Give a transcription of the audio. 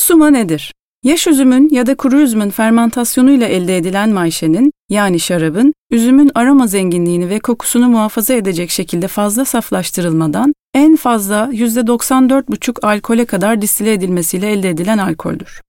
Suma nedir? Yaş üzümün ya da kuru üzümün fermentasyonuyla elde edilen mayşenin, yani şarabın, üzümün aroma zenginliğini ve kokusunu muhafaza edecek şekilde fazla saflaştırılmadan en fazla %94,5 alkole kadar distile edilmesiyle elde edilen alkoldür.